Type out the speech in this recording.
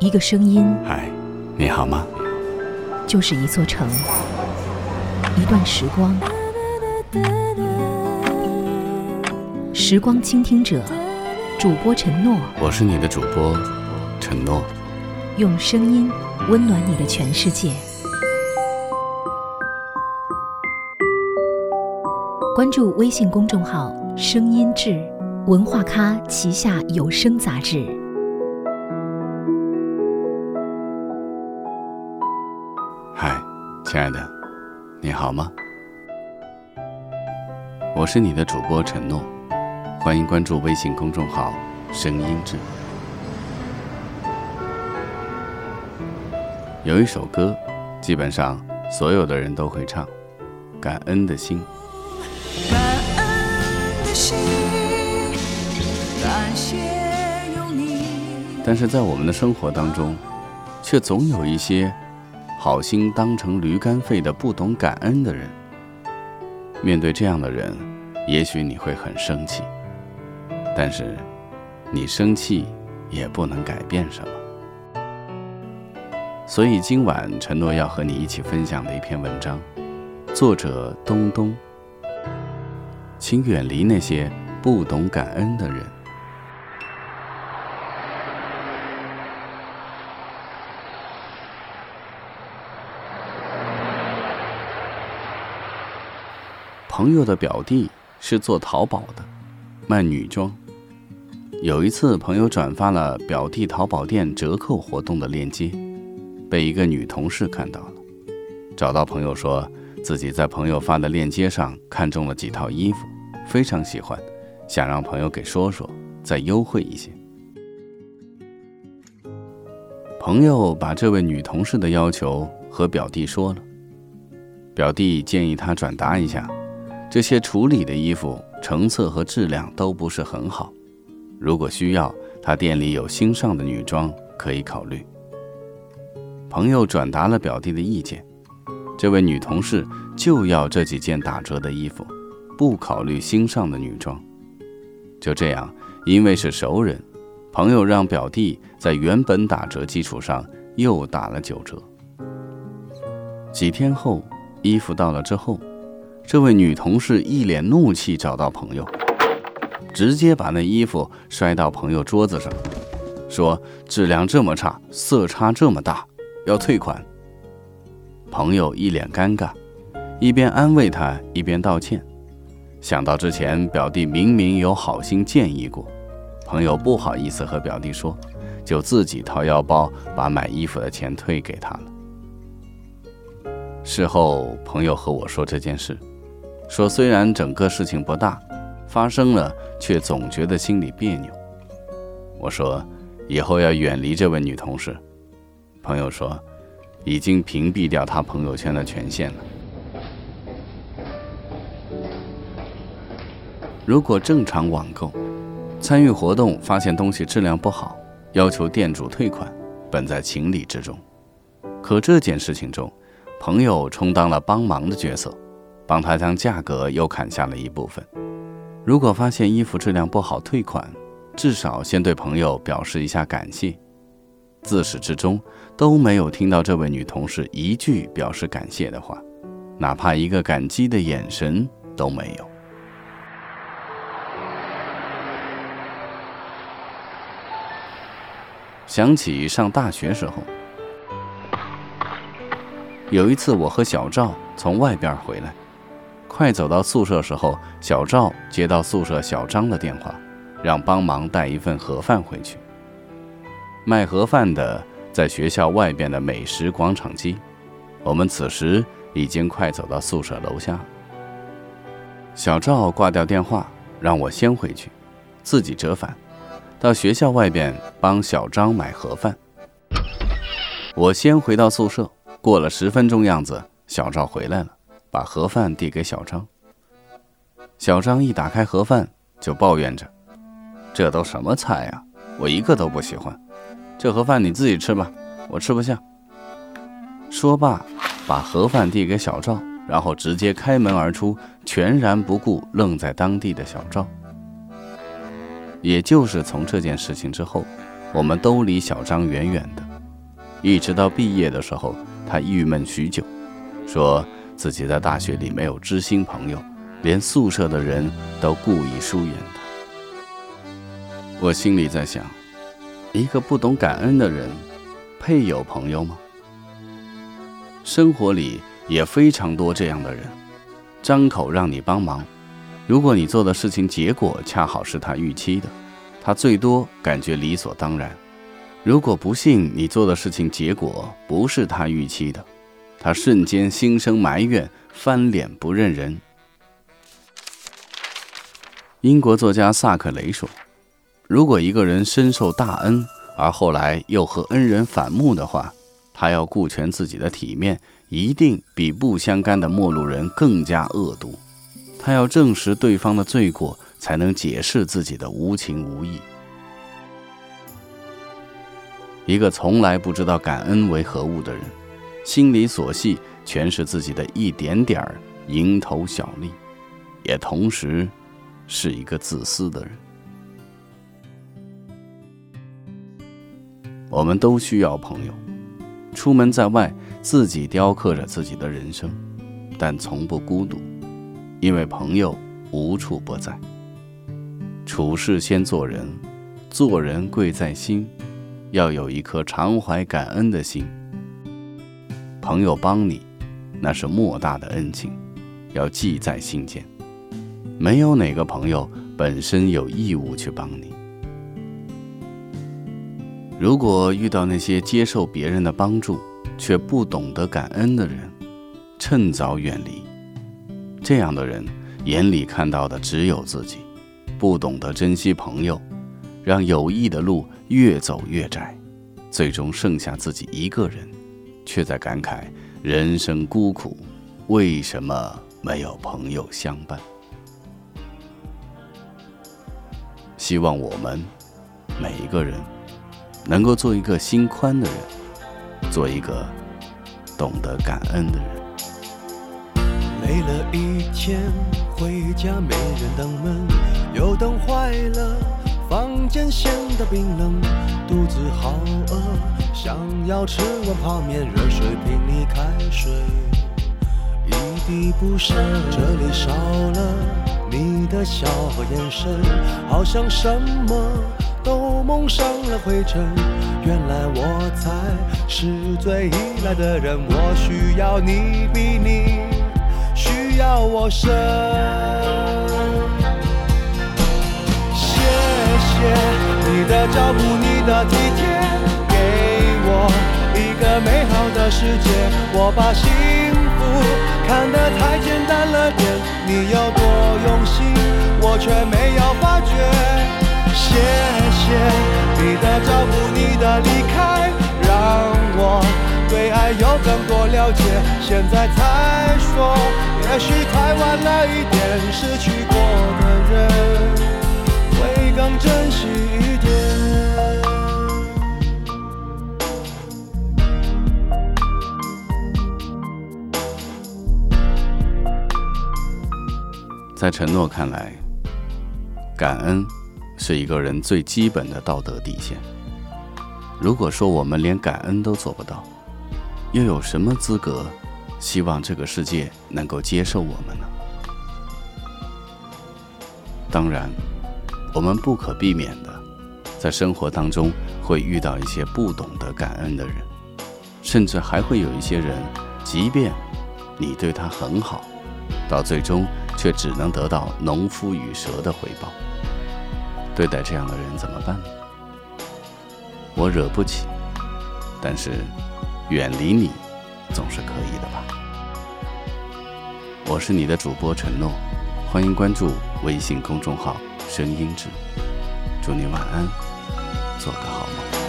一个声音， 嗨，你好吗？ 就是一座城，一段时光。时光倾听者，主播陈诺。 我是你的主播陈诺， 用声音温暖你的全世界。关注微信公众号声音志，文化咖旗下有声杂志。 嗨，亲爱的，你好吗？我是你的主播陈诺，欢迎关注微信公众号声音志。有一首歌，基本上所有的人都会唱，感恩的心。 感恩的心，感谢有你。 但是在我们的生活当中，却总有一些好心当成驴肝肺的不懂感恩的人。面对这样的人，也许你会很生气，但是你生气也不能改变什么。所以今晚陈诺要和你一起分享的一篇文章，作者东东，请远离那些不懂感恩的人。朋友的表弟是做淘宝的，卖女装。有一次朋友转发了表弟淘宝店折扣活动的链接，被一个女同事看到了，找到朋友说自己在朋友发的链接上看中了几套衣服，非常喜欢，想让朋友给说说，再优惠一些。朋友把这位女同事的要求和表弟说了，表弟建议他转达一下，这些处理的衣服成色和质量都不是很好，如果需要，他店里有新上的女装可以考虑。朋友转达了表弟的意见，这位女同事就要这几件打折的衣服，不考虑新上的女装。就这样，因为是熟人，朋友让表弟在原本打折基础上又打了9折。几天后，衣服到了之后，这位女同事一脸怒气找到朋友，直接把那衣服摔到朋友桌子上，说质量这么差，色差这么大，要退款。朋友一脸尴尬，一边安慰他一边道歉。想到之前表弟明明有好心建议过，朋友不好意思和表弟说，就自己掏腰包把买衣服的钱退给他了。事后朋友和我说这件事，说虽然整个事情不大，发生了却总觉得心里别扭。我说以后要远离这位女同事。朋友说已经屏蔽掉她朋友圈的权限了。如果正常网购，参与活动发现东西质量不好，要求店主退款，本在情理之中。可这件事情中，朋友充当了帮忙的角色，帮他将价格又砍下了一部分。如果发现衣服质量不好退款，至少先对朋友表示一下感谢。自始至终都没有听到这位女同事一句表示感谢的话，哪怕一个感激的眼神都没有。想起上大学时候，有一次我和小赵从外边回来，快走到宿舍时候，小赵接到宿舍小张的电话，让帮忙带一份盒饭回去。卖盒饭的在学校外边的美食广场街，我们此时已经快走到宿舍楼下。小赵挂掉电话，让我先回去，自己折返到学校外边帮小张买盒饭。我先回到宿舍，过了10分钟样子，小赵回来了，把盒饭递给小张。小张一打开盒饭就抱怨着，这都什么菜啊，我一个都不喜欢，这盒饭你自己吃吧，我吃不下。说罢把盒饭递给小赵，然后直接开门而出，全然不顾愣在当地的小赵。也就是从这件事情之后，我们都离小张远远的， 一直到毕业的时候，他郁闷许久，说自己在大学里没有知心朋友，连宿舍的人都故意疏远他。我心里在想，一个不懂感恩的人，配有朋友吗？生活里也非常多这样的人，张口让你帮忙，如果你做的事情结果恰好是他预期的，他最多感觉理所当然；如果不幸你做的事情结果不是他预期的，他瞬间心生埋怨，翻脸不认人。英国作家萨克雷说，如果一个人深受大恩，而后来又和恩人反目的话，他要顾全自己的体面，一定比不相干的陌路人更加恶毒。他要证实对方的罪过，才能解释自己的无情无义。一个从来不知道感恩为何物的人，心里所系全是自己的一点点蝇头小利，也同时是一个自私的人。我们都需要朋友，出门在外，自己雕刻着自己的人生，但从不孤独，因为朋友无处不在。处事先做人，做人贵在心，要有一颗常怀感恩的心。朋友帮你，那是莫大的恩情，要记在心间。没有哪个朋友本身有义务去帮你。如果遇到那些接受别人的帮助却不懂得感恩的人，趁早远离。这样的人眼里看到的只有自己，不懂得珍惜朋友，让友谊的路越走越窄，最终剩下自己一个人，却在感慨人生孤苦，为什么没有朋友相伴。希望我们每一个人能够做一个心宽的人，做一个懂得感恩的人。 累了一天，回家没人登门，油灯坏了，房间显得冰冷，肚子好饿，想要吃碗泡面，热水瓶里开水一滴不剩，这里少了你的笑和眼神，好像什么都蒙上了灰尘。原来我才是最依赖的人，我需要你比你需要我深。谢谢你的照顾，你的体贴，给我一个美好的世界。我把幸福看得太简单了点，你有多用心，我却没有发觉。谢谢你的照顾，你的离开，让我对爱有更多了解。现在才说，也许太晚了一点，失去过的人会更珍惜一点。 在承诺看来，感恩是一个人最基本的道德底线。如果说我们连感恩都做不到，又有什么资格希望这个世界能够接受我们呢？当然，我们不可避免的，在生活当中会遇到一些不懂得感恩的人，甚至还会有一些人，即便你对他很好，到最终却只能得到农夫与蛇的回报。对待这样的人怎么办呢？我惹不起，但是远离你总是可以的吧。我是你的主播承诺，欢迎关注微信公众号声音志，祝你晚安，做个好梦。